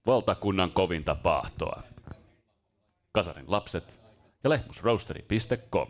valtakunnan kovinta paahtoa. Kasarin lapset ja lehmusroasteri.com.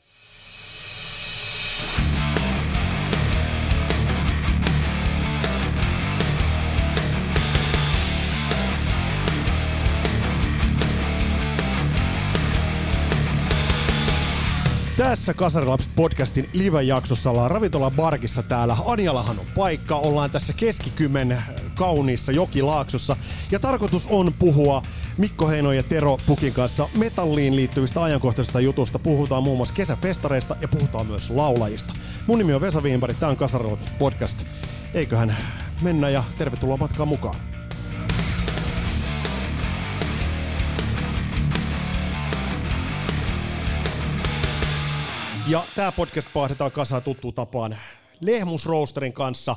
Tässä Kasarilaps-podcastin live-jaksossa ollaan Ravintola Barkissa täällä. Anjalahan on paikka. Ollaan tässä keskikymmen kauniissa jokilaaksossa. Ja tarkoitus on puhua Mikko Heinon ja Tero Pukin kanssa metalliin liittyvistä ajankohtaisista jutusta. Puhutaan muun muassa kesäfestareista ja puhutaan myös laulajista. Mun nimi on Vesa Wienberg, tää on Kasarilaps-podcast. Eiköhän mennä ja tervetuloa matkaan mukaan. Ja tää podcast paahdetaan kasaan tuttuun tapaan Lehmusroasterin kanssa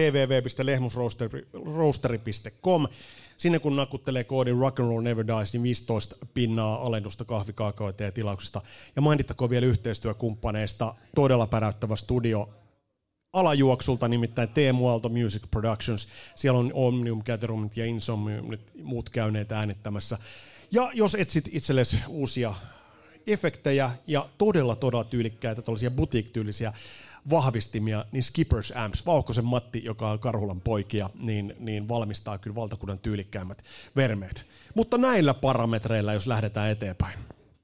www.lehmusroasteri.com. Sinne kun nakuttelee koodin Rock'n'Roll Never Dies, niin 15 pinnaa alennusta kahvikaakaoita ja tilauksesta. Ja mainittakoon vielä yhteistyökumppaneista todella päräyttävä studio alajuoksulta, nimittäin Teemu Aalto Music Productions. Siellä on Omnium Caterumit ja Insomnium nyt muut käyneet äänittämässä. Ja jos etsit itsellesi uusia efektejä ja todella tyylikkäitä, tällaisia boutique-tyylisiä vahvistimia, niin Skippers Amps, Vauhkosen Matti, joka on Karhulan poikia, niin valmistaa kyllä valtakunnan tyylikkäimmät vermeet. Mutta näillä parametreillä, jos lähdetään eteenpäin.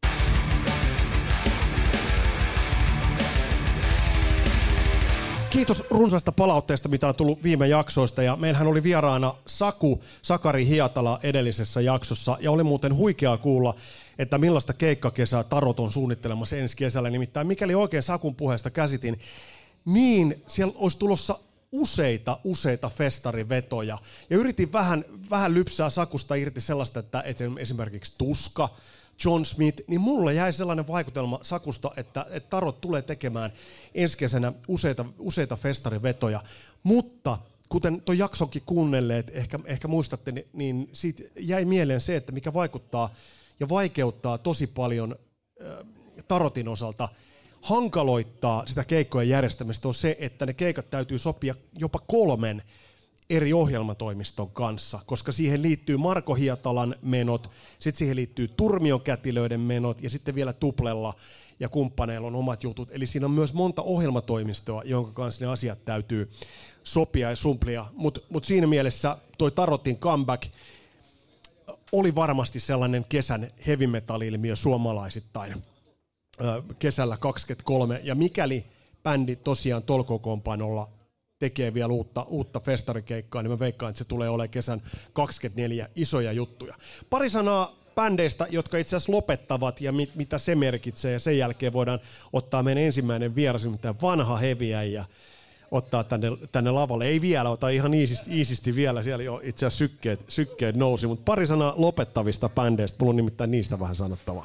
Kiitos runsaasta palautteesta, mitä on tullut viime jaksoista, ja meillähän oli vieraana Sakari Hiatala edellisessä jaksossa, ja oli muuten huikeaa kuulla, että millaista keikkakesää Tarot on suunnittelemassa ensi kesällä. Nimittäin mikäli oikein Sakun puheesta käsitin, niin siellä olisi tulossa useita festarivetoja. Ja yritin vähän lypsää Sakusta irti sellaista, että esimerkiksi Tuska, John Smith, niin mulle jäi sellainen vaikutelma Sakusta, että Tarot tulee tekemään ensi kesänä useita festarivetoja. Mutta kuten tuon jaksonkin kuunnelleet, ehkä muistatte, niin siitä jäi mieleen se, että mikä vaikuttaa ja vaikeuttaa tosi paljon Tarotin osalta, hankaloittaa sitä keikkojen järjestämistä on se, että ne keikat täytyy sopia jopa 3 eri ohjelmatoimiston kanssa, koska siihen liittyy Marko Hiatalan menot, sitten siihen liittyy Turmion kätilöiden menot ja sitten vielä Tuplella ja kumppaneilla on omat jutut. Eli siinä on myös monta ohjelmatoimistoa, jonka kanssa ne asiat täytyy sopia ja sumplia. Mut siinä mielessä toi Tarotin comeback oli varmasti sellainen kesän heavy metal-ilmiö suomalaisittain kesällä 23. Ja mikäli bändi tosiaan tolkokoonpanolla tekee vielä uutta festarikeikkaa, niin mä veikkaan, että se tulee olemaan kesän 24 isoja juttuja. Pari sanaa bändeistä, jotka itse asiassa lopettavat ja mitä se merkitsee. Ja sen jälkeen voidaan ottaa meidän ensimmäinen vieras, mitä vanha heviä ja ottaa tänne lavalle. Ei vielä, ota ihan iisisti vielä. Siellä jo itse asiassa sykkeet nousi, mutta pari sanaa lopettavista bändeistä. Mulla on nimittäin niistä vähän sanottavaa.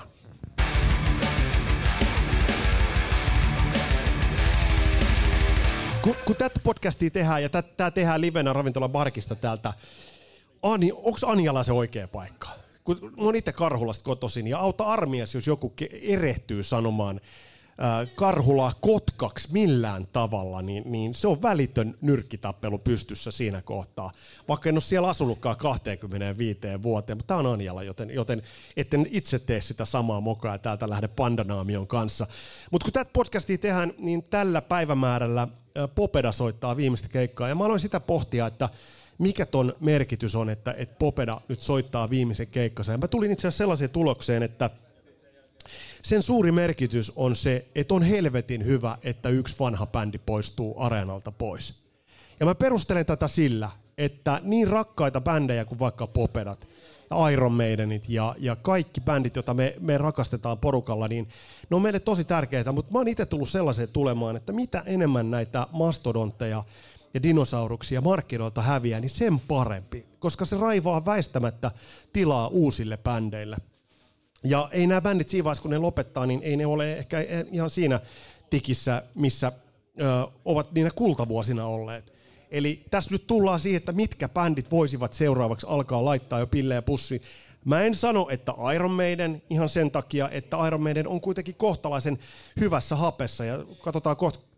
Kun tätä podcastia tehdään ja tämä tehdään livenä Ravintola Barkista täältä, onko Anjala se oikea paikka? Kun mä oon itse Karhulasta kotoisin ja auta armias, jos joku erehtyy sanomaan Karhulaa Kotkaksi millään tavalla, niin se on välitön nyrkkitappelu pystyssä siinä kohtaa. Vaikka en ole siellä asunutkaan 25 vuoteen, mutta tämä on Anjala, joten etten itse tee sitä samaa mokaa ja täältä lähde Pandanaamion kanssa. Mutta kun tätä podcastia tehdään, niin tällä päivämäärällä Popeda soittaa viimeistä keikkaa, ja mä aloin sitä pohtia, että mikä ton merkitys on, että Popeda nyt soittaa viimeisen keikkansa. Ja mä tulin itse asiassa sellaiseen tulokseen, että sen suuri merkitys on se, että on helvetin hyvä, että yksi vanha bändi poistuu areenalta pois. Ja mä perustelen tätä sillä, että niin rakkaita bändejä kuin vaikka Popedat, Iron Maidenit ja kaikki bändit, joita me rakastetaan porukalla, niin ne on meille tosi tärkeitä, mutta mä oon itse tullut sellaiseen tulemaan, että mitä enemmän näitä mastodontteja ja dinosauruksia markkinoilta häviää, niin sen parempi, koska se raivaa väistämättä tilaa uusille bändeille. Ja ei nämä bändit siinä vaiheessa, kun ne lopettaa, niin ei ne ole ehkä ihan siinä tikissä, missä ovat niinä kultavuosina olleet. Eli tässä nyt tullaan siihen, että mitkä bändit voisivat seuraavaksi alkaa laittaa jo pillejä pussiin. Mä en sano, että Iron Maiden ihan sen takia, että Iron Maiden on kuitenkin kohtalaisen hyvässä hapessa ja katsotaan kohta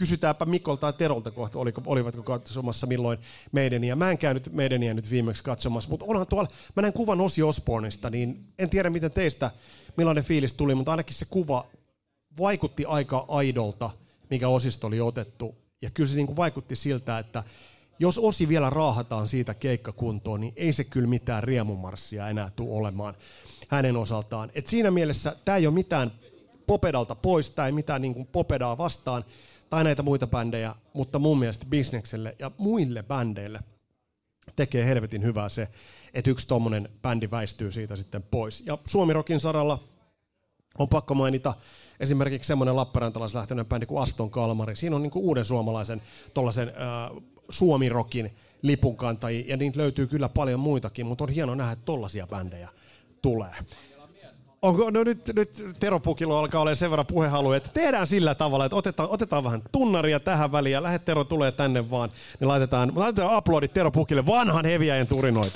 kysytäänpä Mikolta tai Terolta kohta, olivatko katsomassa milloin Maidenia. Mä en käynyt Maidenia nyt viimeksi katsomassa, mutta onhan tuolla, mä näin kuvan Ozzy Osbourneista, niin en tiedä miten teistä, millainen fiilis tuli, mutta ainakin se kuva vaikutti aika aidolta, mikä Ozzysta oli otettu. Ja kyllä se niin kuin vaikutti siltä, että jos Ozzy vielä raahataan siitä keikkakuntoon, niin ei se kyllä mitään riemumarssia enää tule olemaan hänen osaltaan. Et siinä mielessä tämä ei ole mitään Popedalta pois, tämä ei mitään niin kuin Popedaa vastaan, tai näitä muita bändejä, mutta mun mielestä bisnekselle ja muille bändeille tekee helvetin hyvää se, että yksi tommonen bändi väistyy siitä sitten pois. Ja Suomi-rockin saralla on pakko mainita esimerkiksi semmoinen lappeenrantalaislähtöinen bändi kuin Aston Kalmari. Siinä on niinku uuden suomalaisen tollaisen Suomi-rockin lipunkantajia, ja niitä löytyy kyllä paljon muitakin, mutta on hienoa nähdä, että tollaisia bändejä tulee. Onko, no nyt Tero Pukilo alkaa olla sen verran puhehalu, että tehdään sillä tavalla, että otetaan vähän tunnaria tähän väliin, ja lähde Tero tulee tänne vaan, niin laitetaan aplodit Tero Pukille, vanhan heviäjän turinoita.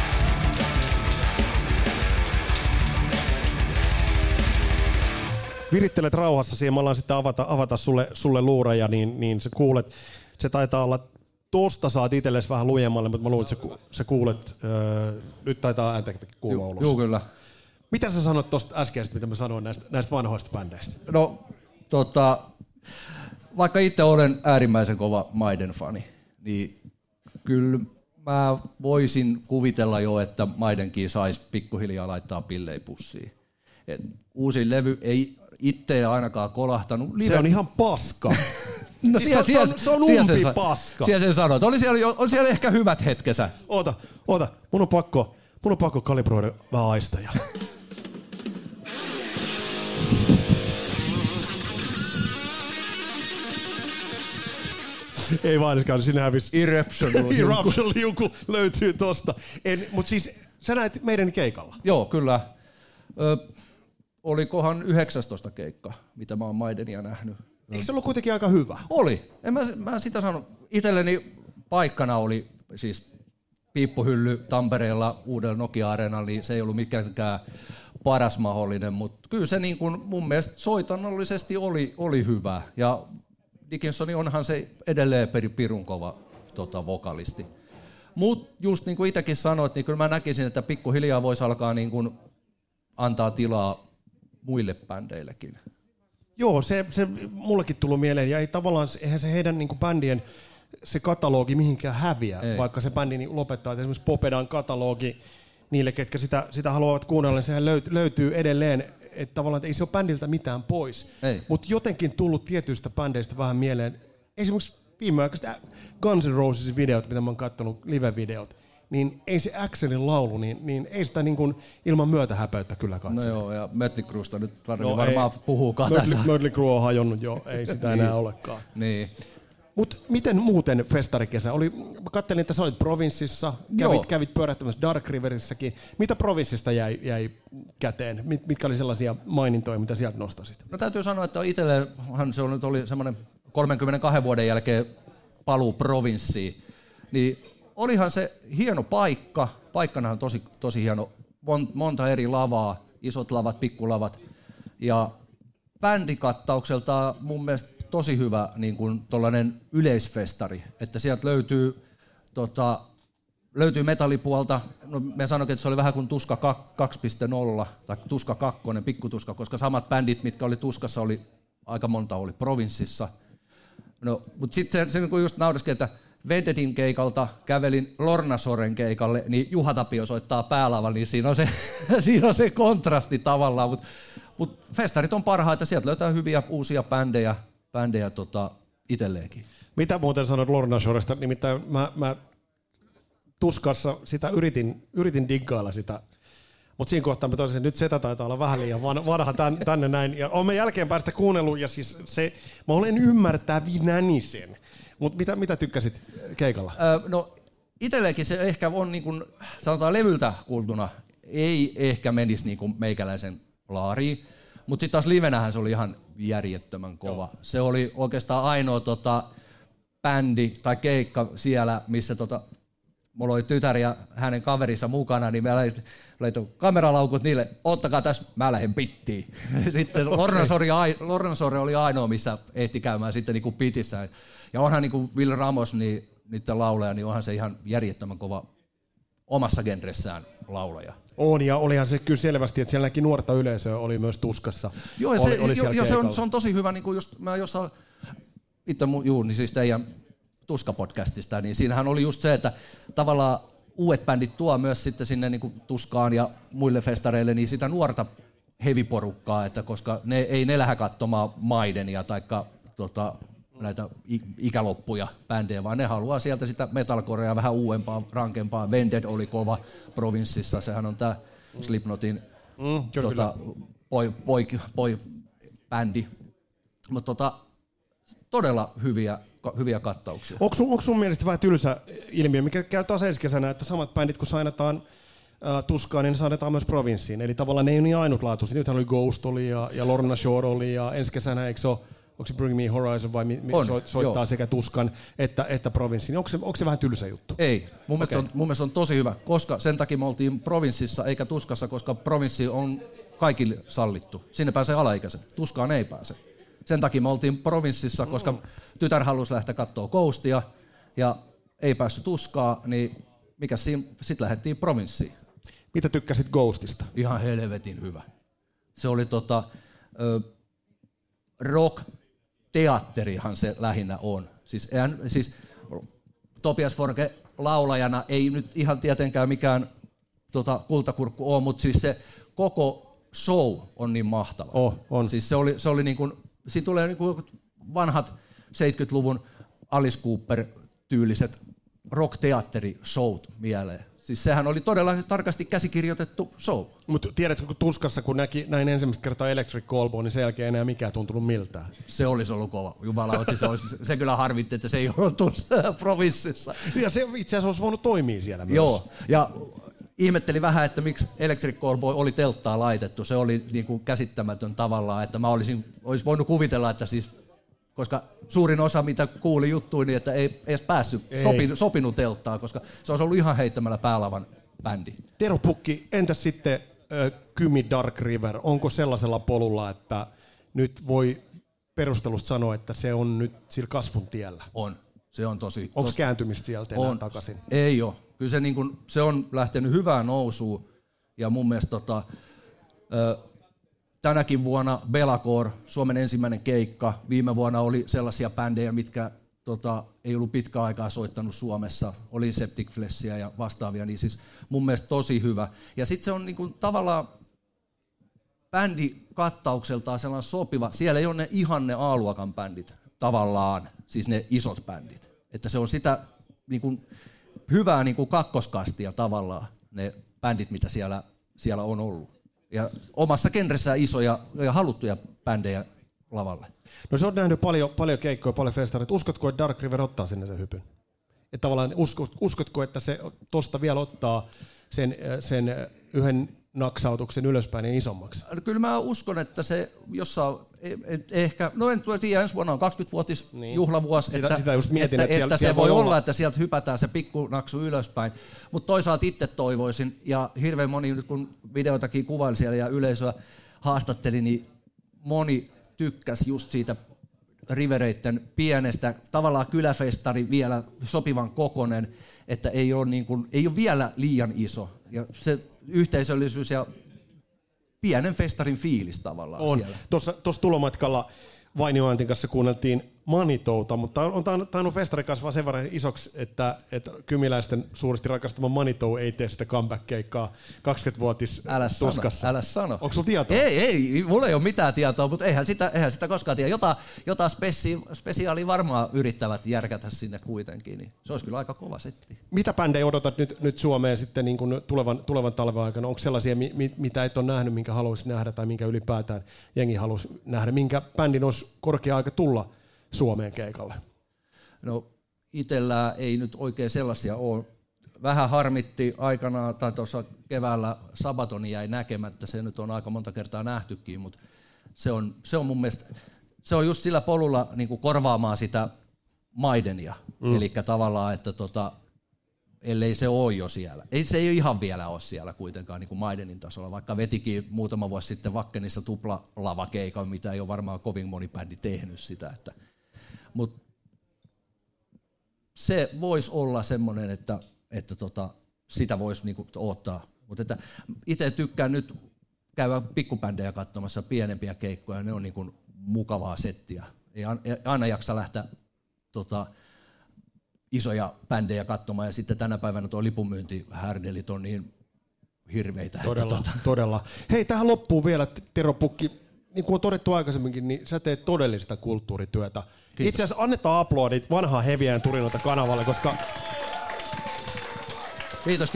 Virittelet rauhassa siihen, me ollaan sitten avata sulle luureja, niin sä kuulet, se taitaa olla, tosta saat itsellesi vähän lujemmalle, mutta mä luulen, että sä kuulet, nyt taitaa ääntäkin kuulua ulos. Joo, kyllä. Mitä sä sanoit tuosta äskeisestä, mitä mä sanoin näistä vanhoista bändeistä? No, vaikka itse olen äärimmäisen kova Maiden-fani, niin kyllä mä voisin kuvitella jo, että Maidenkin saisi pikkuhiljaa laittaa pillei pussiin. Uusi levy ei itse ainakaan kolahtanut. Se on ihan paska. No, se on umpi paska. Siellä sen sanoit. On siellä ehkä hyvät hetkensä. Oota. Mun on pakko kalibroida vähän aisteja. Ei vaan edes sinne hävisi. Eruption liuku löytyy tosta. Mutta siis sä näet meidän keikalla. Joo, kyllä. Olikohan 19 keikka, mitä mä oon Maidenia nähnyt. Eikö se ollut kuitenkin aika hyvä? Oli. Mä sitä sanonut. Itselleni paikkana oli siis piippuhylly Tampereella uudella Nokia-areenalla, niin se ei ollut mitenkään paras mahdollinen, mutta kyllä se niin kuin mun mielestä soitannollisesti oli hyvä. Ja Dickinson onhan se edelleen pirun kova vokalisti. Mutta just niin kuin itsekin sanoit, niin kyllä mä näkisin, että pikkuhiljaa voisi alkaa niin kuin antaa tilaa muille bändeillekin. Joo, se mullekin tullut mieleen, ja ei tavallaan, eihän se heidän niin kuin bändien se katalogi mihinkään häviä, ei. Vaikka se bändi niin lopettaa, että esimerkiksi Popedan katalogi niille, ketkä sitä haluavat kuunnella, niin sehän löytyy edelleen, että tavallaan että ei se ole bändiltä mitään pois. Mutta jotenkin tullut tietyistä bändeistä vähän mieleen, esimerkiksi viimeaikaiset Guns N' Roses videot, mitä mä oon katsonut, live-videot, niin ei se Axelin laulu, niin ei sitä niin kuin ilman myötähäpeyttä kyllä katso. No joo, ja Mötley Crüestä nyt varmaan puhuu katassa. Mötley Crüe on hajonnut jo, ei sitä enää olekaan. Niin. Mutta miten muuten festarikesä? Mä katselin, että sä olit Provinssissa, kävit pyörähtämässä Dark Riverissäkin. Mitä Provinssista jäi käteen? Mitkä oli sellaisia mainintoja, mitä sieltä nostasit? No täytyy sanoa, että itsellehan se oli semmoinen 32 vuoden jälkeen paluu Provinssiin. Niin olihan se hieno paikka. Paikkana on tosi hieno. Monta eri lavaa, isot lavat, pikkulavat. Ja bändikattaukselta mun mielestä tosi hyvä niin kuin tollainen yleisfestari, että sieltä löytyy metallipuolta. No, me sanoikin, että se oli vähän kuin Tuska 2.0 tai Tuska 2, pikkutuska, koska samat bändit, mitkä oli Tuskassa, aika monta oli Provinssissa. No, mutta sitten se kun just nauraskin, että Vendedin keikalta kävelin Lorna Soren keikalle, niin Juha Tapio soittaa päälava, niin siinä on se kontrasti tavallaan, mutta festarit on parhaita, sieltä löytää hyviä uusia bändejä itselleenkin. Mitä muuten sanoit Lorna Soresta? Nimittäin mä Tuskassa sitä yritin diggailla sitä, mutta siinä kohtaa mä toisin, että nyt setä taitaa olla vähän liian vanha tänne näin. Ja olen jälkeenpäin sitä kuunnellut ja siis mä olen ymmärtävinäni sen. Mutta mitä tykkäsit keikalla? No itselleenkin se ehkä on niin kuin, sanotaan levyltä kuultuna, ei ehkä menisi niin kuin meikäläisen laariin, mutta sitten taas livenähän se oli ihan järjettömän kova. Joo. Se oli oikeastaan ainoa bändi tai keikka siellä, missä mulla oli tytär ja hänen kaverinsa mukana, niin mä laitoin kameralaukut niille, ottakaa tässä, mä lähden pittiin. Sitten Lorna oli ainoa, missä ehti käymään sitten niin kuin pitissä. Ja onhan niin kuin Will Ramos, niin niiden laulaja, niin onhan se ihan järjettömän kova omassa genressään laulaja. On, ja olihan se kyllä selvästi, että sielläkin nuorta yleisöä oli myös tuskassa. Joo, se on tosi hyvä, niin kuin just mä jossain, niin siis teidän Tuska-podcastista, niin siinähän oli just se, että tavallaan uudet bändit tuo myös sitten sinne niin kuin Tuskaan ja muille festareille niin sitä nuorta heviporukkaa, että koska ei ne lähde katsomaan Maidenia tai näitä ikäloppuja bändejä, vaan ne haluaa sieltä sitä metalcorea vähän uudempaa, rankempaa. Vended oli kova Provinssissa, sehän on tää Slipknotin bändi. Mutta todella hyviä kattauksia. Onko sun mielestä vähän tylsä ilmiö, mikä käy taas ensi kesänä, että samat bändit kun sainataan Tuskaan, niin ne saadaan myös Provinssiin. Eli tavallaan ne ei ole niin ainutlaatuisia. Nythän oli Ghost oli ja Lorna Shore oli ja ensi kesänä, eikö se ole, onko se Bring Me Horizon vai soittaa sekä Tuskan että Provinssiin. Onko se vähän tylsä juttu? Ei. Mun mielestä on tosi hyvä, koska sen takia me oltiin Provinssissa eikä Tuskassa, koska Provinssi on kaikille sallittu. Sinne pääsee alaikäiset, Tuskaan ei pääse. Sen takia me oltiin Provinssissa, koska tytär halusi lähteä katsoa Ghostia ja ei päässyt Tuskaa, niin mikä siinä, sitten lähdettiin Provinssiin. Mitä tykkäsit Ghostista? Ihan helvetin hyvä. Se oli rock-teatterihan se lähinnä on. Siis Tobias Forge laulajana ei nyt ihan tietenkään mikään kultakurkku ole, mutta siis se koko show on niin mahtava. On. Siis se oli niin kuin, siinä tulee niin kuin vanhat 70-luvun Alice Cooper-tyyliset rock-teatteri-showt mieleen. Siis sehän oli todella tarkasti käsikirjoitettu show. Mutta tiedätkö, kun Tuskassa, kun näki näin ensimmäistä kertaa Electric Callboy, niin sen jälkeen ei enää mikään tuntunut miltään. Se olisi ollut kova. Jumala, se kyllä harvitti, että se ei ollut tuossa Provinssissa. Ja se itse asiassa olisi voinut toimia siellä myös. Joo, ja ihmettelin vähän, että miksi Electric Callboy oli telttaa laitettu. Se oli niin kuin käsittämätön tavallaan, että mä olisi voinut kuvitella, että siis, koska suurin osa, mitä kuuli juttuja, niin että ei edes päässyt sopinut telttaa, koska se olisi ollut ihan heittämällä päälavan bändi. Tero Pukki, entäs sitten Kymi Dark River? Onko sellaisella polulla, että nyt voi perustelusta sanoa, että se on nyt sillä kasvun tiellä? On. Se on tosi. Onko kääntymistä sieltä enää takaisin? Ei ole. Kyllä se, niin kun, se on lähtenyt hyvään nousuun ja mun mielestä tänäkin vuonna Bellacore, Suomen ensimmäinen keikka. Viime vuonna oli sellaisia bändejä, mitkä ei ollut pitkään aikaa soittanut Suomessa. Oli Septic Fleshia ja vastaavia, niin siis mun mielestä tosi hyvä. Ja sitten se on niin kuin tavallaan bändi kattaukseltaan sellainen sopiva. Siellä ei ole ne ihan ne A-luokan bändit tavallaan, siis ne isot bändit. Että se on sitä niin kuin hyvää niin kuin kakkoskastia tavallaan, ne bändit, mitä siellä on ollut. Ja omassa genressään isoja ja haluttuja bändejä lavalle. No se on nähnyt paljon keikkoja, paljon festareita. Uskotko, että Dark River ottaa sinne sen hypyn? Että tavallaan uskotko, että se tosta vielä ottaa sen yhden naksautuksen ylöspäin ja isommaksi? Kyllä mä uskon, että se jossain ehkä, no en tiedä, ensi vuonna on 20-vuotis juhlavuosi, sitä just mietin, että se voi olla, että sieltä hypätään se pikkunaksu ylöspäin. Mutta toisaalta itse toivoisin, ja hirveän moni nyt kun videoitakin kuvaili siellä ja yleisöä haastatteli, niin moni tykkäsi just siitä Rivereitten pienestä, tavallaan kyläfestari vielä sopivan kokonen, että ei ole vielä liian iso. Ja se yhteisöllisyys ja pienen festarin fiilis tavallaan on. Siellä. Tuossa tulomatkalla Vainio Antin kanssa kuunneltiin Manitouta, mutta on tainnut festari kasvaa sen verran isoksi, että kymiläisten suuresti rakastama Manitou ei tee sitä comeback-keikkaa 20-vuotis Tuskassa. Älä sano. Onko sulla tietoa? Ei, mulla ei ole mitään tietoa, mutta eihän sitä koskaan tiedä. Jotain spesiaalia varmaan yrittävät järkätä sinne kuitenkin, niin se olisi kyllä aika kova setti. Mitä bändejä odotat nyt Suomeen sitten niin kuin tulevan talven aikana? Onko sellaisia, mitä et ole nähnyt, minkä haluaisit nähdä tai minkä ylipäätään jengi haluaisi nähdä? Minkä bändin olisi korkea aika tulla Suomeen keikalle? No itsellään ei nyt oikein sellaisia ole. Vähän harmitti aikanaan, tai tuossa keväällä Sabatoni jäi näkemättä, se nyt on aika monta kertaa nähtykin, mutta se on mun mielestä, se on just sillä polulla niin kuin korvaamaan sitä Maidenia. Eli tavallaan, että ellei se ole jo siellä. Se ei ihan vielä ole siellä kuitenkaan niin kuin Maidenin tasolla, vaikka vetikin muutama vuosi sitten Vakkenissa tuplalavakeikan, mitä ei ole varmaan kovin moni bändi tehnyt sitä. Mutta se voisi olla semmoinen, että sitä voisi niinku odottaa. Mutta itse tykkään nyt käydä pikkubändejä katsomassa pienempiä keikkoja, ne on niinku mukavaa settiä. Ei aina jaksa lähteä isoja bändejä katsomaan, ja sitten tänä päivänä tuo lipunmyyntihärdelit on niin hirveitä. Todella. Hei, tähän loppuu vielä, Tero Pukki, niin kuin on todettu aikaisemminkin, niin sä teet todellista kulttuurityötä. Kiitos. Itse asiassa annetaan aplodit vanhaa Heviään Turinoita kanavalle, koska... Kiitos.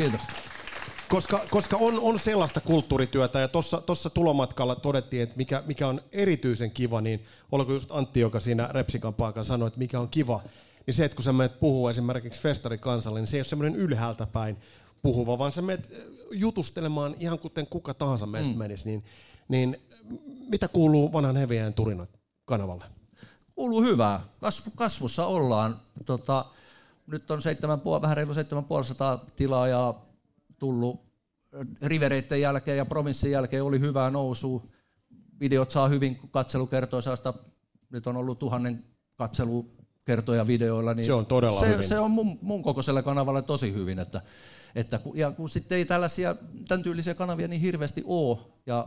Koska on sellaista kulttuurityötä, ja tuossa tulomatkalla todettiin, että mikä on erityisen kiva, niin oliko just Antti, joka siinä Repsikan paikan sanoi, että mikä on kiva, niin se, että kun sä menet puhua esimerkiksi festarikansalle, niin se ei ole semmoinen ylhäältä päin puhuva, vaan sä menet jutustelemaan ihan kuten kuka tahansa meistä menisi, niin mitä kuuluu vanhan Heviään Turinat kanavalle? Kuuluu hyvää. Kasvussa ollaan. Nyt on vähän reilu 750 tilaajaa tullut rivereiden jälkeen ja provinssin jälkeen oli hyvää nousua. Videot saa hyvin katselukertoisasta. Nyt on ollut 1000 katselukertoja videoilla. Niin se on todella hyvin. Se on mun kokoisella kanavalla tosi hyvin. Ja kun sitten ei tällaisia tämän tyylisiä kanavia niin hirveästi ole. Ja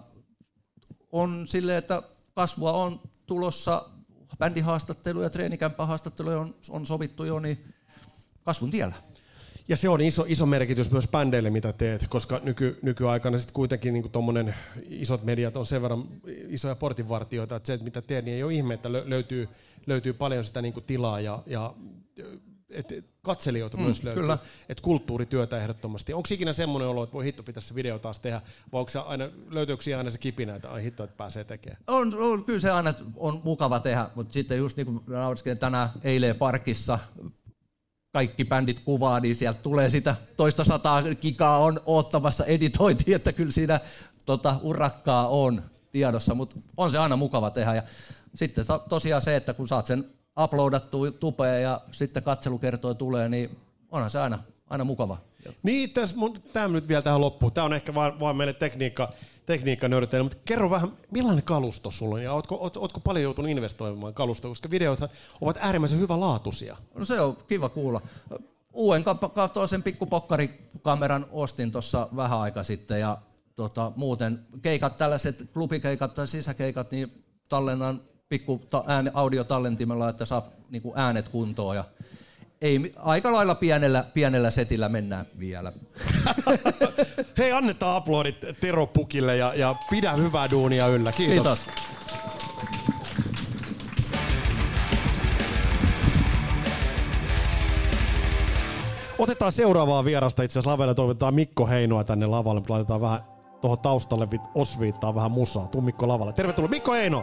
on silleen, että kasvua on tulossa. Bändihaastatteluja ja treenikämppähaastatteluja on sovittu jo, niin kasvun tiellä. Ja se on iso merkitys myös bändeille, mitä teet, koska nykyaikana sitten kuitenkin niin tommonen isot mediat on sen verran isoja portinvartijoita, että se, että mitä teet, niin ei ole ihme, että löytyy paljon sitä niin kuin tilaa ja katselijoita myös löytyy. Kyllä. Että kulttuurityötä ehdottomasti. Onko ikinä semmoinen olo, että voi hitto, pitäisi se video taas tehdä, vai löytyykö aina se kipinä, että ai hitto, että pääsee tekemään? Kyllä se aina on mukava tehdä, mutta sitten just niin kuin tänään eilen parkissa, kaikki bändit kuvaa, niin sieltä tulee sitä 200 gigaa on oottamassa editointia, että kyllä siinä urakkaa on tiedossa, mutta on se aina mukava tehdä. Ja sitten tosiaan se, että kun saat sen uploadattua tupeen ja sitten katselukertoja tulee, niin onhan se aina mukava. Niin, tämä nyt vielä tähän loppuun. Tämä on ehkä vaan meille tekniikkanörteille, mutta kerro vähän, millainen kalusto sulla on ja ootko paljon joutunut investoimaan kalustoon, koska videot ovat äärimmäisen hyvälaatuisia. No se on kiva kuulla. Uuden sen pikkupokkari-kameran ostin tuossa vähän aika sitten ja muuten keikat, tällaiset klubikeikat tai sisäkeikat, niin tallennan audiotallentimella, että saa niinku äänet kuntoon ja ei, aika lailla pienellä setillä mennään vielä. Hei, annetaan aplodit Tero Pukille ja pidä hyvää duunia yllä. Kiitos. Otetaan seuraavaa vierasta. Itse asiassa lavelle toivotetaan Mikko Heinoa tänne lavalle. Laitetaan vähän tuohon taustalle osviittaa vähän musaa. Tuu Mikko lavalle. Tervetuloa Mikko Heino!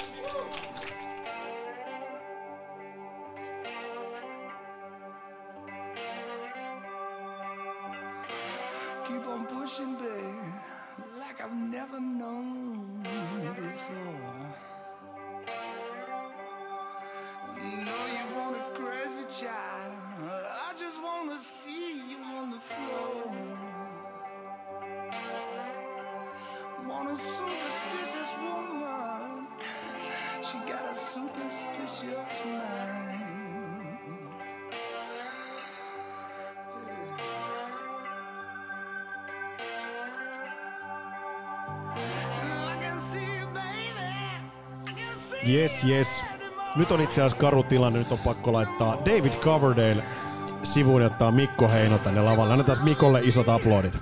Yes. Nyt on itse asiassa karu tilanne, nyt on pakko laittaa David Coverdale sivuun ja ottaa Mikko Heino tänne lavalle. Annetaan Mikolle isot aplodit.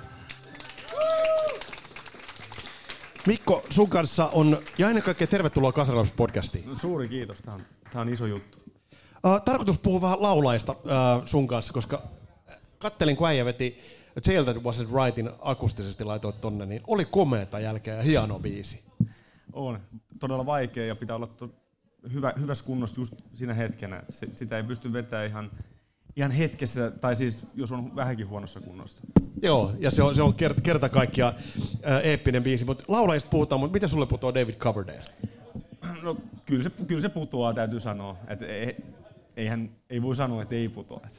Mikko, sun kanssa on, ja ennen kaikkea tervetuloa Kasarilaps-podcastiin. No, suuri kiitos, tää on iso juttu. Tarkoitus puhua vähän laulaista sun kanssa, koska kattelin kun äijä veti A Tale That Wasn't Rightin akustisesti laitoit tonne, niin oli komeeta jälkeen ja hieno biisi. On todella vaikea ja pitää olla hyvässä kunnossa just siinä hetkenä. Sitä ei pysty vetämään ihan hetkessä, tai siis jos on vähänkin huonossa kunnossa. Joo, ja se on kerta kaikkiaan eeppinen biisi, mutta laulajista puhutaan, mutta miten sulle putoaa David Coverdale? No kyllä se putoaa, täytyy sanoa. Ei voi sanoa, että ei putoa.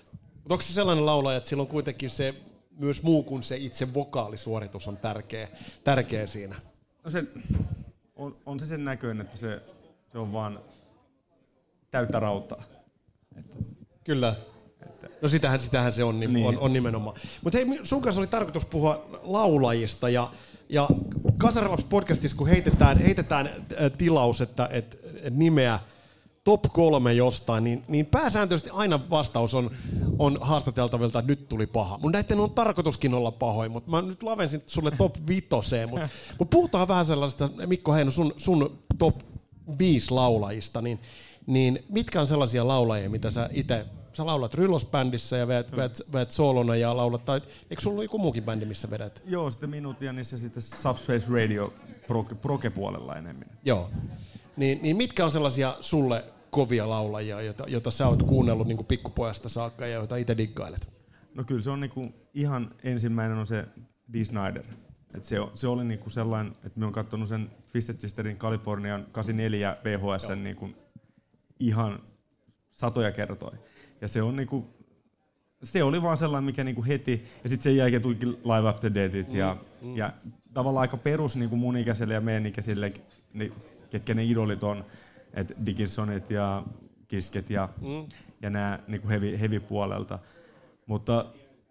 Mutta onko se sellainen laulaja, että silloin kuitenkin se myös muu kuin se itse vokaalisuoritus on tärkeä siinä? No se, on se sen näköinen, että se on vaan täyttä rautaa. Kyllä. No sitähän se on, niin. on nimenomaan. Mutta hei, sun kanssa oli tarkoitus puhua laulajista ja Kasarilaps podcastissa, kun heitetään tilaus, että nimeä top 3 jostain, niin pääsääntöisesti aina vastaus on haastateltavilta, että nyt tuli paha. Mun näiden on tarkoituskin olla pahoin, mutta mä nyt lavensin sulle top 5, mutta puhutaan vähän sellaista, Mikko Heino, sun top 5 laulajista, niin mitkä on sellaisia laulajia, mitä sä laulat Ryllos-bändissä ja veät soolona ja laulat, tai eikö sulla ole joku muukin bändi, missä vedät? Joo, sitten Minuutianissa sitten Subspace Radio proge-puolella enemmän. Joo. Niin mitkä on sellaisia sulle kovia laulajia, joita sä oot kuunnellut niin kuin pikkupojasta saakka ja joita itse diggailet? No kyllä se on niinku ihan ensimmäinen on se Dee Snider. Et se oli niinku sellainen, että me on katsonut sen Twisted Sisterin Californian 84 VHS niinku ihan satoja kertoja. Ja se on niinku, se oli vaan sellainen, mikä niinku heti, ja sitten sen jälkeen tulikin Live After Deathit ja tavallaan aika perus niinku mun ikäiselle ja meidän ikäisille, ketkä ne idolit on, että Dickinsonit ja Kisket ja nämä niinku heavy puolelta. Mutta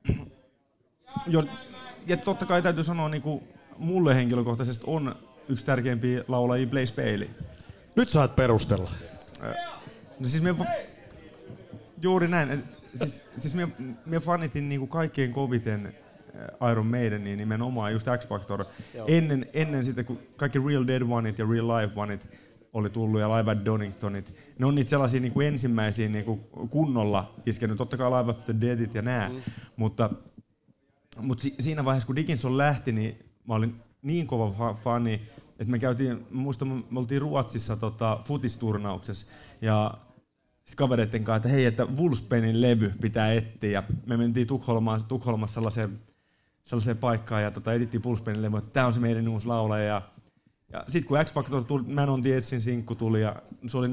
ja totta kai täytyy sanoa, niinku, mulle henkilökohtaisesti on yksi tärkeimpiä laulajia Blaze Bayley. Nyt saat perustella. No siis juuri näin. Siis me fanitin niinku kaikkein koviten Iron Maidenia nimenomaan just X-Factor. Ennen sitä, kun kaikki Real Dead Oneit ja Real Live Oneit oli tullut ja Live at Doningtonit. Ne on niitä sellaisia niinku ensimmäisiä niinku kunnolla iskenyt. Totta kai Live After Deathit ja nää. Mutta siinä vaiheessa, kun Dickinson lähti, niin mä olin niin kova fani, että me oltiin Ruotsissa futisturnauksessa ja sitten kavereiden kanssa, että hei, että Wolfsbanein levy pitää etsiä. Ja me mentiin Tukholmassa sellaiseen paikkaan ja etittiin Wolfsbanein levy, että tää on se meidän uusi laulaja. Ja sitten kun X-Factor tuli, Man on the Edgein sinkku tuli ja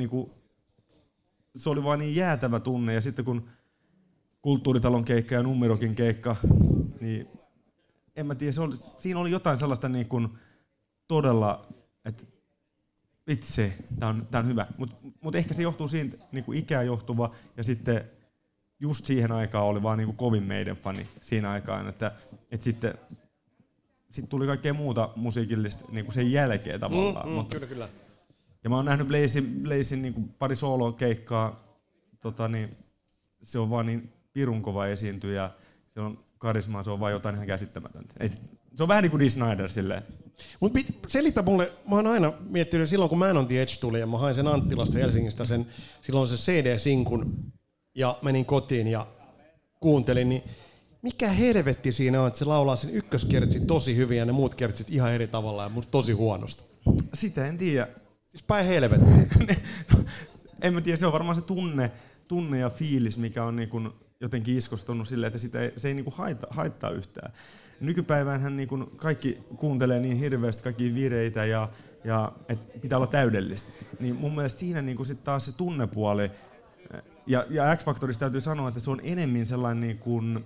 se oli vaan niin jäätävä tunne. Ja sitten kun Kulttuuritalon keikka ja Numerokin keikka, niin en mä tiedä, siinä oli jotain sellaista niin kuin todella, että vitsi, tää on hyvä. Mut ehkä se johtuu siitä niin kuin ikää johtuva ja sitten just siihen aikaan oli vaan niin kuin kovin meidän fani siinä aikaan, että sitten tuli kaikkea muuta musiikillista niin kuin sen jälkeen tavallaan. Mutta, kyllä. Ja mä oon nähnyt Blazin niin kuin pari soolokeikkaa, niin se on vaan niin pirun kova esiintyjä, se on karismaa, se on vaan jotain ihan käsittämätöntä. Se on vähän niin kuin Dee Snider silleen. Mut selitä mulle, mä oon aina miettinyt silloin kun Man on the Edge tuli ja mä hain sen Anttilasta Helsingistä silloin se CD-sinkun ja menin kotiin ja kuuntelin, niin mikä helvetti siinä on, että se laulaa sen ykköskertsin tosi hyvin ja ne muut kertsit ihan eri tavalla ja musta tosi huonosti. Sitä en tiedä. Siis päin helvettiin. En mä tiedä, se on varmaan se tunne ja fiilis, mikä on niin kuin jotenkin iskostunut silleen, että se ei niin kuin haittaa yhtään. Nykypäivänhän niin kuin kaikki kuuntelee niin hirveästi kaikkia vireitä ja että pitää olla täydellistä. Niin mun mielestä siinä niin kuin sit taas se tunnepuoli ja X-Factorista täytyy sanoa, että se on enemmän sellainen niin kuin,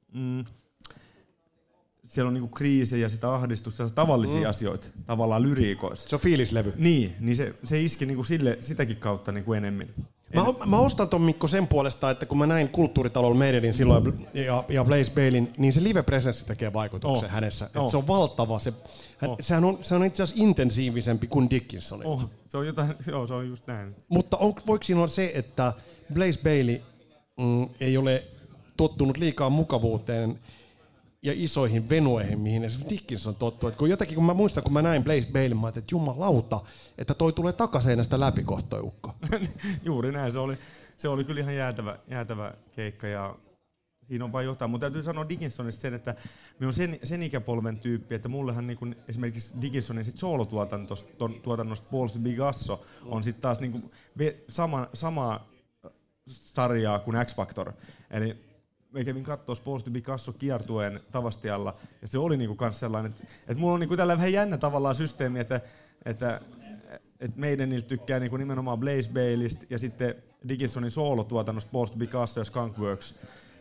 siellä on niin kuin kriisejä ja sitä ahdistusta, tavallisia asioita tavallaan lyriikoissa. Se on fiilislevy. Niin se iski niin kuin sitäkin kautta niin kuin enemmän. Mä ostan ton Mikko sen puolesta, että kun mä näin Kulttuuritalolla Maidenin silloin ja Blaze Baileyn, niin se live-presenssi tekee vaikutuksen hänessä. Että se on valtava. Sehän on itse asiassa intensiivisempi kuin Dickinson. Se on jotain, se on just näin. Mutta voiko siinä olla se, että Blaze Bayley ei ole tottunut liikaa mukavuuteen ja isoihin venueihin, mihin esimerkiksi Dickinson tottuu. Kun mä muistan, kun mä näin Blaze Baileyn, mä ajattelin, että jumalauta, että toi tulee takaseinästä läpi kohta ukko. Juuri näin, se oli kyllä ihan jäätävä keikka ja siinä on vain jotain. Mutta täytyy sanoa Dickinsonista sen, että me on sen ikäpolven tyyppi, että mullehan niin esimerkiksi Dickinsonin soolotuotannosta Paul Bigasso on sitten taas niin sama sarjaa kuin X-Factor. Eli me kävin katsoa Paul Bigasso kiertueen Tavastialla, ja se oli niinku kans sellainen, että mulla on niinku tällä vähän jännä tavallaan systeemi, että meidän niiltä tykkää niinku nimenomaan Blaze Bayleystä ja sitten Dickinsonin soolotuotannosta Paul Bigasso ja Skunkworks.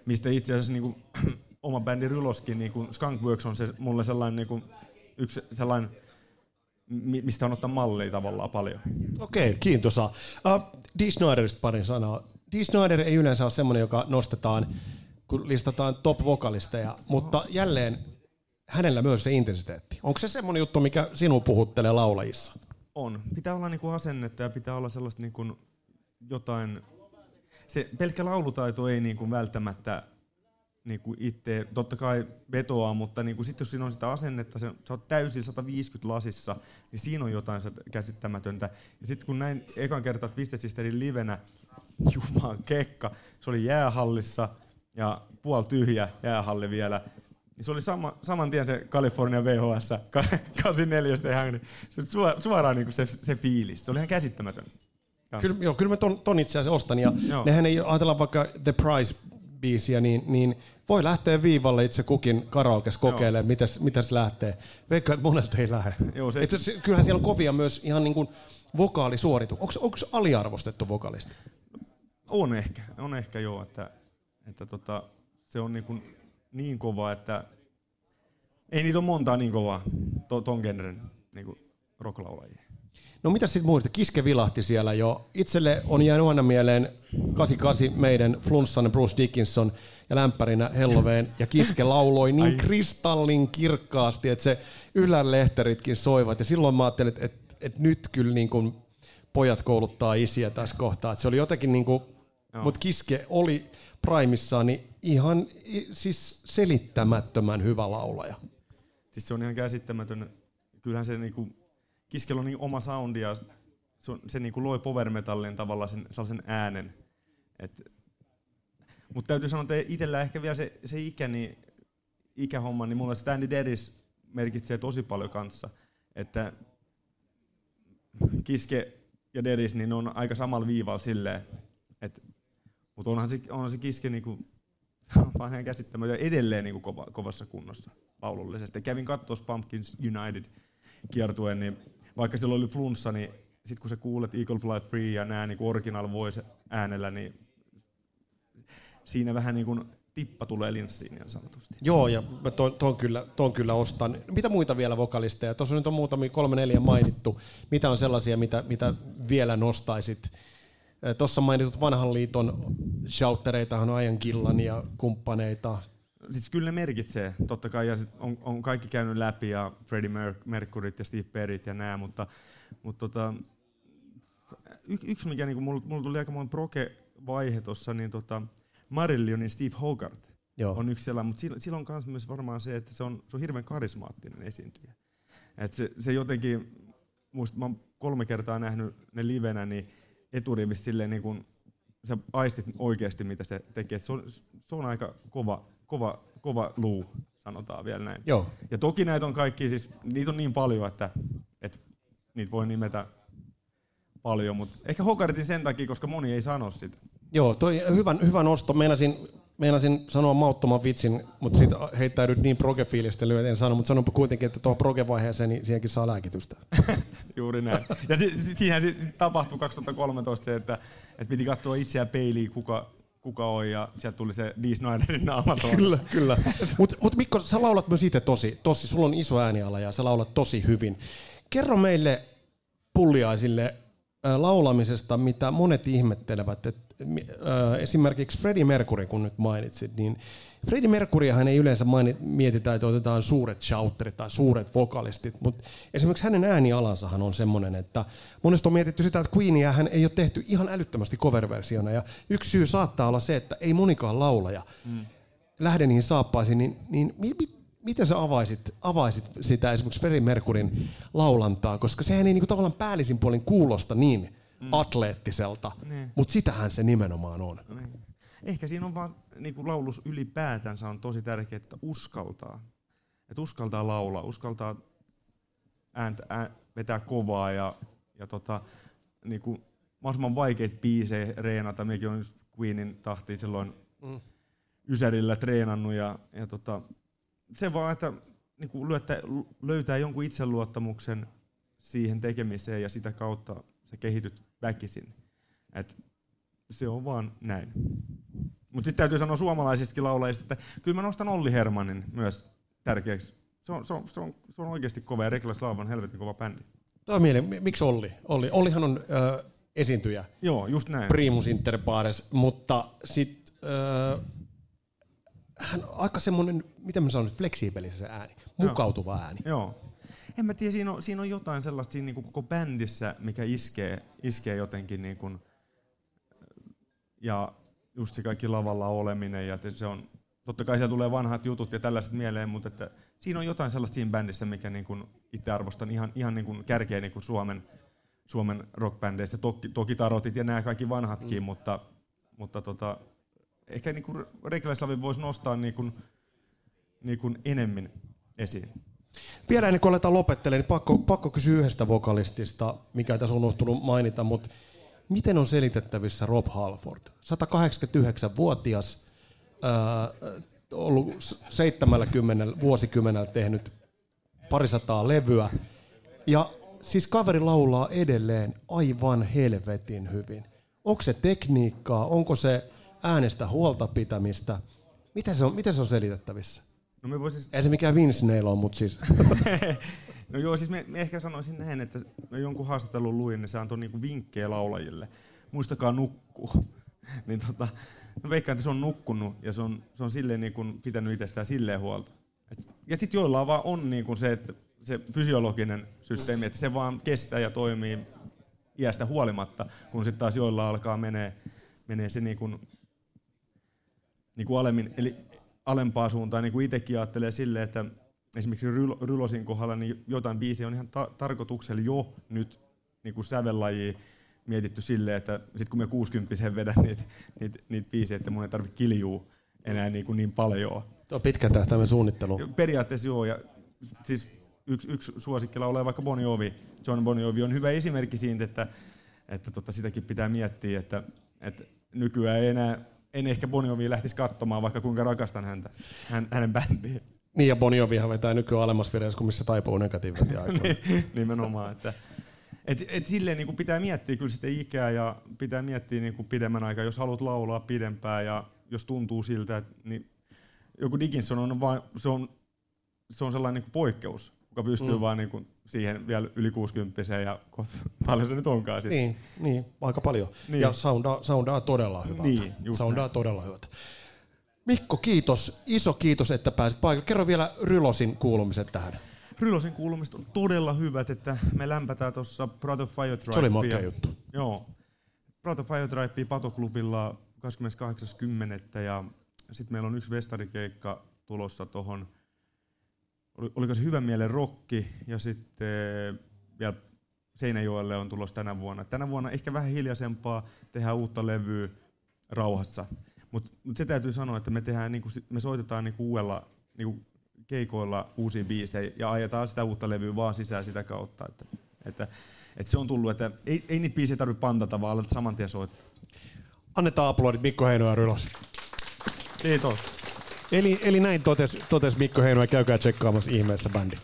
mistä itse asiassa niin kuin, oma bändi Ryloskin, niin kuin Skunkworks on se, mulle sellainen niin kuin, yksi sellainen, mistä on ottaa mallia tavallaan paljon. Okei, kiintosaa. Dee Sniderista parin sanaa. Dee Snider ei yleensä ole semmoinen, joka nostetaan, kun listataan top-vokalisteja, mutta jälleen hänellä myös se intensiteetti. Onko se semmoinen juttu, mikä sinua puhuttelee laulajissa? On. Pitää olla niinku asennetta ja pitää olla sellaista niinku jotain. Se pelkkä laulutaito ei niinku välttämättä niinku itse, totta kai vetoaa, mutta niinku sit jos siinä on sitä asennetta, sä oot täysin 150 lasissa, niin siinä on jotain käsittämätöntä. Ja sitten kun näin ekan kertaa Twisted Sisterin livenä, juman kekka, se oli jäähallissa ja puol tyhjä jäähalli vielä. Se oli saman tien se California VHS 84 ihan, niin se suoraan niin se fiilis. Se oli ihan käsittämätön. Kyllä mä ton itse asiassa ostan. Ja nehän ei ajatella vaikka The Prize-biisiä, niin voi lähteä viivalle itse kukin karaokes kokeilemaan, miten se lähtee. Veikkaan, että monelta ei lähde. Kyllähän siellä on kovia myös ihan niin kuin vokaalisuorituksia. Onko aliarvostettu vokalisti? On ehkä joo, että se on niin kova, että ei niitä ole montaa niin kovaa ton genren niin rocklaulajia. No mitä sitten muista? Kiske vilahti siellä jo. Itselle on jäänyt aina mieleen 88 meidän Flunssan Bruce Dickinson ja lämpärinä Helloween, ja Kiske lauloi niin kristallin kirkkaasti, että se ylänlehteritkin soivat. Ja silloin mä ajattelin, että nyt kyllä niin kuin pojat kouluttaa isiä tässä kohtaa. Että se oli jotenkin niin kuin, mutta Kiske oli primissaan niin ihan siis selittämättömän hyvä laulaja. Siis se on ihan käsittämätön. Kyllähän se niinku, Kiskellä on niin oma soundi ja se niinku loi power metallin tavallaan sellaisen äänen. Mutta täytyy sanoa, että itsellä ehkä vielä se ikähomma, niin mulle Standy Deadis merkitsee tosi paljon kanssa. Että Kiske ja Deadis niin on aika samalla viivalla silleen, mutta onhan se Kiske niinku, vaan ihan käsittämätön ja edelleen niinku kovassa kunnossa laulullisesti. Kävin katsoa Pumpkins United -kiertueen, niin vaikka silloin oli flunssa, niin sit kun sä kuulet Eagle Fly Free ja nää niinku original voice äänellä, niin siinä vähän niinku tippa tulee linssiin niin sanotusti. Joo, ja mä ton kyllä ostan. Mitä muita vielä vokalisteja? Tuossa nyt on muutamia 3-4 mainittu. Mitä on sellaisia, mitä vielä nostaisit? Tuossa mainitut vanhan liiton shouttereitahan on Ian Gillan ja kumppaneita. Siis kyllä ne merkitsee, totta kai, ja on kaikki käynyt läpi, ja Freddie Mercuryt ja Steve Perryt ja nää, mutta yksi mikä niinku, mulla tuli aikamoinen proge-vaihe tuossa, niin Marilionin Steve Hogarth on yksi sellainen, mutta sillä on myös varmaan se, että se on hirveän karismaattinen esiintyjä. Et se jotenkin, muista mä oon 3 kertaa nähnyt ne livenä, niin eturivistä silleen niin kun sä aistit oikeasti mitä se tekee. Se on aika kova luu, sanotaan vielä näin. Joo. Ja toki näitä on kaikki, siis niitä on niin paljon, että niitä voi nimetä paljon, mutta ehkä Hogartin sen takia, koska moni ei sano sitä. Joo, toi hyvä nosto. Meinasin sanoa mauttoman vitsin, mutta siitä heittäydyt niin progefiilistä lyöt, en sano, mutta sanonpa kuitenkin, että tuohon progevaiheeseen niin siihenkin saa lääkitystä. Juuri näin. Ja siihen tapahtui 2013 se, että piti katsoa itseään peiliin, kuka on, ja sieltä tuli se Dee Sniderin naama. Kyllä. Mut Mikko, sä laulat myös itse tosi, sulla on iso ääniala ja sä laulat tosi hyvin. Kerro meille pulliaisille laulamisesta, mitä monet ihmettelevät, että esimerkiksi Freddie Mercury, kun nyt mainitsit, niin Freddie Mercuryhan ei yleensä mietitä, että otetaan suuret shoutterit tai suuret vokalistit, mutta esimerkiksi hänen äänialansahan on semmoinen, että monesti on mietitty sitä, että Queenia hän ei ole tehty ihan älyttömästi cover-versiona, ja yksi syy saattaa olla se, että ei monikaan laulaja lähde niihin saappaisiin, niin miten sä avaisit sitä esimerkiksi Freddie Mercuryn laulantaa, koska sehän ei niinku tavallaan päällisin puolin kuulosta niin atleettiselta, mutta sitähän se nimenomaan on. Ehkä siinä on vaan niinku laulus ylipäätänsä on tosi tärkeää, että uskaltaa. Että uskaltaa laulaa, uskaltaa vetää kovaa ja niinku mahdollisimman vaikeita biisejä reenata. Minäkin olen Queenin tahtiin silloin Ysärillä treenannut ja se vaan, että niinku löytää jonkun itseluottamuksen siihen tekemiseen ja sitä kautta sä kehityt väkisin. Et se on vaan näin. Mutta sitten täytyy sanoa suomalaisistakin laulajista, että kyllä mä nostan Olli Hermannin myös tärkeäksi. Se on oikeasti kova ja Reckless Love on helvetin kova bändi. Tämä on mieleen, miksi Olli? Ollihan on esiintyjä. Joo, just näin. Primus inter pares, mutta sitten hän on aika semmoinen, miten mä sanon, fleksiibeli se ääni, mukautuva ääni. Joo. En mä tiedä, siinä on jotain sellaista siinä niin koko bändissä, mikä iskee jotenkin niin kuin, ja just se kaikki lavalla oleminen ja se on, totta kai siellä tulee vanhat jutut ja tällaiset mieleen, mutta että siinä on jotain sellaista siinä bändissä, mikä niin kuin itse arvostan ihan niin kuin kärkeä niin kuin Suomen rockbändeistä, toki tarotit ja nämä kaikki vanhatkin, mutta ehkä niin kuin Reckless Love voisi nostaa niin kuin enemmän esiin. Vielä ennen kuin aletaan lopettelemaan, niin pakko kysyä yhdestä vokalistista, mikä tässä on unohtunut mainita, mutta miten on selitettävissä Rob Halford? 189-vuotias, ollut 70 vuosikymmenellä tehnyt parisataa levyä, ja siis kaveri laulaa edelleen aivan helvetin hyvin. Onko se tekniikkaa, onko se äänestä huolta pitämistä? Miten se on selitettävissä? No me voisin... Ei se mikään Vince Neil on, mutta siis... No joo, siis me ehkä sanoisin näin, että jonkun haastattelun luin, niin se antoi niinku vinkkejä laulajille. Muistakaa nukkua. Niin mä veikkaan, että se on nukkunut ja se on silleen niinku pitänyt itsestään silleen huolta. Ja sitten joillain vaan on niinku se, että se fysiologinen systeemi, että se vaan kestää ja toimii iästä huolimatta, kun sitten taas joilla alkaa menee se niinku alemmin, eli alempaa suuntaan, niin kuin itsekin ajattelee silleen, että esimerkiksi Rylosin kohdalla niin jotain biisiä on ihan tarkoituksella jo nyt niin kuin sävellajia mietitty silleen, että sit kun me 60-vuotiaana vedän niitä biisejä, että mun ei tarvitse kiljua enää niin paljon. Tuo pitkän tähtäimen suunnittelu. Periaatteessa joo, ja siis yksi suosikkila ole vaikka Bon Jovi. John Bon Jovi on hyvä esimerkki siitä, että sitäkin pitää miettiä, että nykyään ei enää en ehkä Bon Jovia lähtisi katsomaan, vaikka kuinka rakastan häntä, hänen bändiä. Niin, ja Bon Jovihan vetää nykyään alemmas videossa, kun missä taipuu negatiivisesti aikoina. Nimenomaan. Että silleen niin kuin pitää miettiä kyllä sitä ikää ja pitää miettiä niin kuin pidemmän aikaa, jos haluat laulaa pidempään ja jos tuntuu siltä, että niin joku Dickinson se on sellainen niin kuin poikkeus, joka pystyy vaan niin kuin siihen vielä yli 60 ja paljon se nyt onkaan. Siis. Niin, aika paljon. Niin. Ja soundaa todella hyvältä. Niin, soundaa todella hyvältä. Mikko, kiitos. Iso kiitos, että pääsit paikalle. Kerro vielä Rylosin kuulumiset tähän. Rylosin kuulumiset on todella hyvät, että me lämpätään tuossa Proud of Fire Tribe. Se oli makea juttu. Joo. Proud of Fire Tribe Patoklubilla 28.10. ja sitten meillä on yksi vestarikeikka tulossa tohon. Oliko se Hyvän mielen rokki ja sitten vielä Seinäjoelle on tulossa tänä vuonna. Tänä vuonna ehkä vähän hiljaisempaa, tehdään uutta levyä rauhassa. Mut se täytyy sanoa, että me soitetaan uudella keikoilla uusia biisejä ja ajetaan sitä uutta levyä vaan sisään sitä kautta. Että se on tullut, että ei niitä biisejä tarvitse pantata, vaan aletaan saman tien soittaa. Annetaan aplodit Mikko Heino ja Rylos. Kiitos. Eli näin totes Mikko Heino ja käykää tsekkaamassa ihmeessä bändi.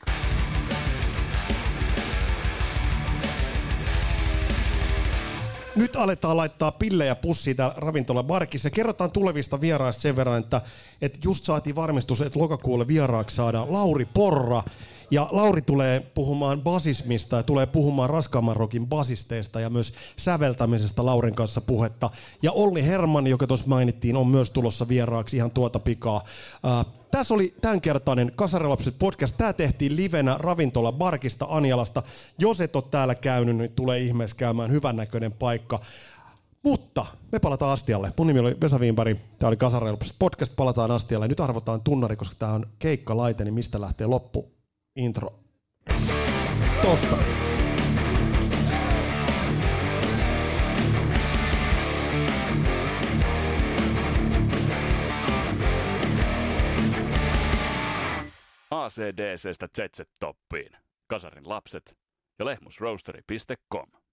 Nyt aletaan laittaa pillejä pussiin täällä Ravintola Barkissa. Kerrotaan tulevista vieraista sen verran, että just saatiin varmistus, että lokakuulle vieraaksi saadaan Lauri Porra. Ja Lauri tulee puhumaan basismista ja tulee puhumaan raskaamman rockin basisteista ja myös säveltämisestä Laurin kanssa puhetta. Ja Olli Herman, joka tuossa mainittiin, on myös tulossa vieraaksi ihan tuota pikaa. Tässä oli tämänkertainen Kasarilapset podcast. Tämä tehtiin livenä Ravintola Barkista Anjalasta. Jos et ole täällä käynyt, niin tulee ihmeessä käymään hyvännäköinen paikka. Mutta me palataan astialle. Mun nimi oli Vesa Wienberg. Tämä oli Kasarilapset podcast. Palataan astialle. Nyt arvotaan tunnari, koska tämä on keikkalaite, niin mistä lähtee loppu? Intro. Tosta. ACDC:stä ZZ-toppiin. Kasarin lapset ja lehmusroasteri.com.